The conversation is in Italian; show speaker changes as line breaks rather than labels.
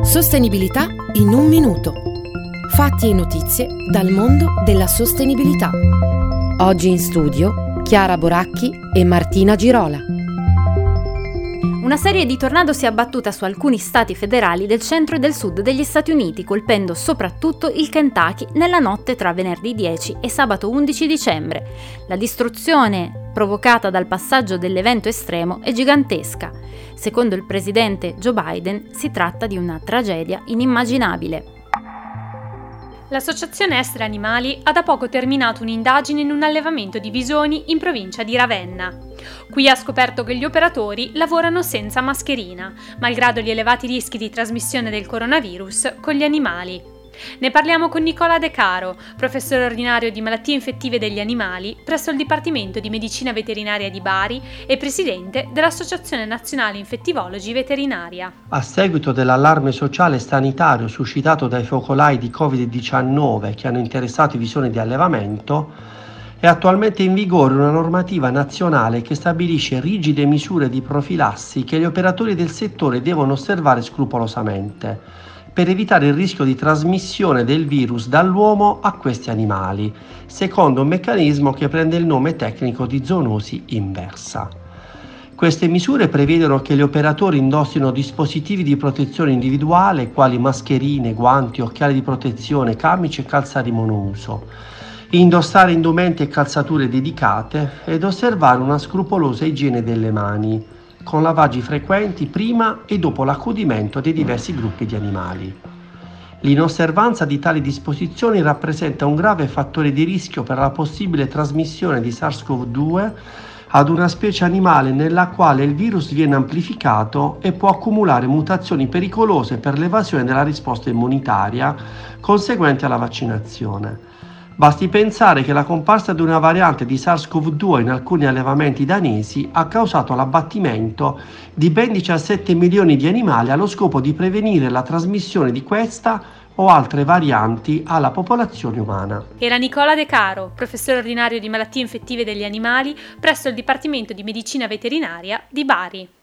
Sostenibilità in un minuto. Fatti e notizie dal mondo della sostenibilità. Oggi in studio Chiara Boracchi e Martina Girola.
Una serie di tornado si è abbattuta su alcuni stati federali del centro e del sud degli Stati Uniti, colpendo soprattutto il Kentucky nella notte tra venerdì 10 e sabato 11 dicembre. La distruzione provocata dal passaggio dell'evento estremo è gigantesca. Secondo il presidente Joe Biden, si tratta di una tragedia inimmaginabile.
L'Associazione Essere Animali ha da poco terminato un'indagine in un allevamento di visoni in provincia di Ravenna. Qui ha scoperto che gli operatori lavorano senza mascherina, malgrado gli elevati rischi di trasmissione del coronavirus con gli animali. Ne parliamo con Nicola De Caro, professore ordinario di malattie infettive degli animali presso il Dipartimento di Medicina Veterinaria di Bari e presidente dell'Associazione Nazionale Infettivologi Veterinaria.
A seguito dell'allarme sociale e sanitario suscitato dai focolai di Covid-19 che hanno interessato i visoni di allevamento, è attualmente in vigore una normativa nazionale che stabilisce rigide misure di profilassi che gli operatori del settore devono osservare scrupolosamente per evitare il rischio di trasmissione del virus dall'uomo a questi animali, secondo un meccanismo che prende il nome tecnico di zoonosi inversa. Queste misure prevedono che gli operatori indossino dispositivi di protezione individuale quali mascherine, guanti, occhiali di protezione, camici e calzari monouso, indossare indumenti e calzature dedicate ed osservare una scrupolosa igiene delle mani, con lavaggi frequenti prima e dopo l'accudimento dei diversi gruppi di animali. L'inosservanza di tali disposizioni rappresenta un grave fattore di rischio per la possibile trasmissione di SARS-CoV-2 ad una specie animale nella quale il virus viene amplificato e può accumulare mutazioni pericolose per l'evasione della risposta immunitaria conseguente alla vaccinazione. Basti pensare che la comparsa di una variante di SARS-CoV-2 in alcuni allevamenti danesi ha causato l'abbattimento di ben 17 milioni di animali allo scopo di prevenire la trasmissione di questa o altre varianti alla popolazione umana.
Era Nicola De Caro, professore ordinario di malattie infettive degli animali presso il Dipartimento di Medicina Veterinaria di Bari.